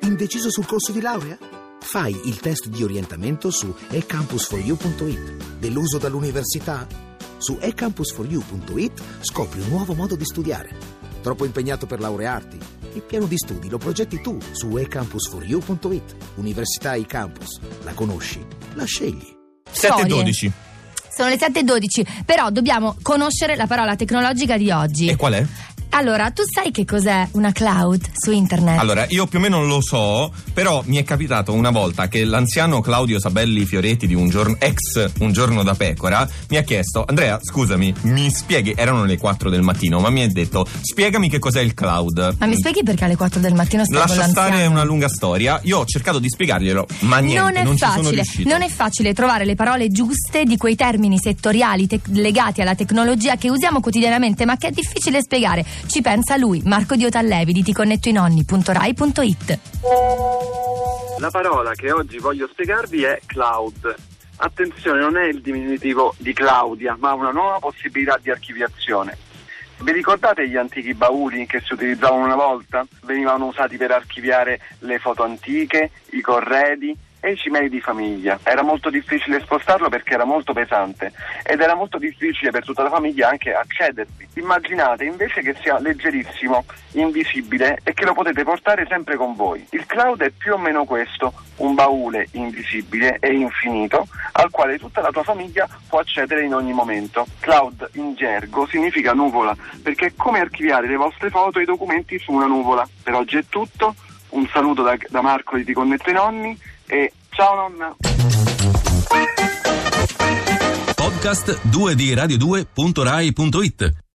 Indeciso sul corso di laurea? Fai il test di orientamento su ecampus4u.it. Deluso dall'università? Su ecampus4u.it scopri un nuovo modo di studiare. Troppo impegnato per laurearti? Il piano di studi lo progetti tu su ecampus4u.it. Università eCampus. La conosci? La scegli. 7:12. Sono le 7:12, però dobbiamo conoscere la parola tecnologica di oggi. E qual è? Allora, tu sai che cos'è una cloud su internet? Allora, io più o meno lo so, però mi è capitato una volta che l'anziano Claudio Sabelli Fioretti di Un Giorno da Pecora mi ha chiesto: Andrea, scusami, mi spieghi? Erano le 4 del mattino, ma mi ha detto: spiegami che cos'è il cloud. Ma mi spieghi perché alle 4 del mattino stai con Lascia l'anziano? stare una lunga storia. Io ho cercato di spiegarglielo, ma niente, non ci sono riuscito. Non è facile trovare le parole giuste di quei termini settoriali legati alla tecnologia che usiamo quotidianamente, ma che è difficile spiegare. Ci pensa lui, Marco Diotallevi di ticonnettoinonni.rai.it. La parola che oggi voglio spiegarvi è cloud. Attenzione, non è il diminutivo di Claudia, ma una nuova possibilità di archiviazione. Vi ricordate gli antichi bauli che si utilizzavano una volta? Venivano usati per archiviare le foto antiche, i corredi e i cimeli di famiglia. Era molto difficile spostarlo perché era molto pesante ed era molto difficile per tutta la famiglia anche accedervi. Immaginate invece che sia leggerissimo, invisibile e che lo potete portare sempre con voi. Il cloud è più o meno questo, un baule invisibile e infinito al quale tutta la tua famiglia può accedere in ogni momento. Cloud in gergo significa nuvola, perché è come archiviare le vostre foto e i documenti su una nuvola. Per oggi è tutto, un saluto da Marco di Ti Connetto i Nonni e ciao nonna. Podcast 2 di Radio2.rai.it